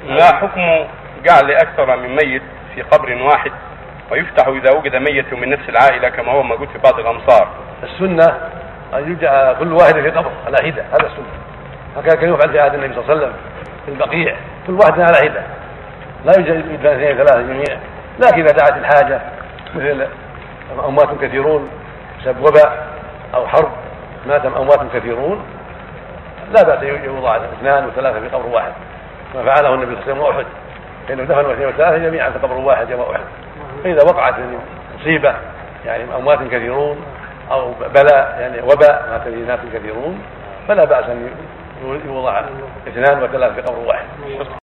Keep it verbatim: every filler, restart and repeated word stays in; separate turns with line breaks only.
ما حكم جعل أكثر من ميت في قبر واحد ويفتح إذا وجد ميت من نفس العائلة كما هو موجود في بعض الأمصار؟
السنة أن يجعل كل واحد في قبر على حدة، هذا السنة. هكذا كان يفعل في عهد النبي صلى الله عليه وسلم في البقيع، كل واحد على حدة، لا يوجد اثنين ثلاثة جميع. لكن إذا دعت الحاجة مثل أموات كثيرون بسبب وباء أو حرب مات أموات كثيرون لا بأس يوضع اثنان وثلاثة في قبر واحد، ما فعله النبي صلى الله عليه وسلم وأحد، كانوا دفنوا اثنين وثلاثة جميعا في قبر واحد يوم أحد. فإذا وقعت مصيبة يعني أموات كثيرون أو بلاء يعني وباء مات به ناس كثيرون فلا بأس أن يوضع اثنان وثلاثة في قبر واحد.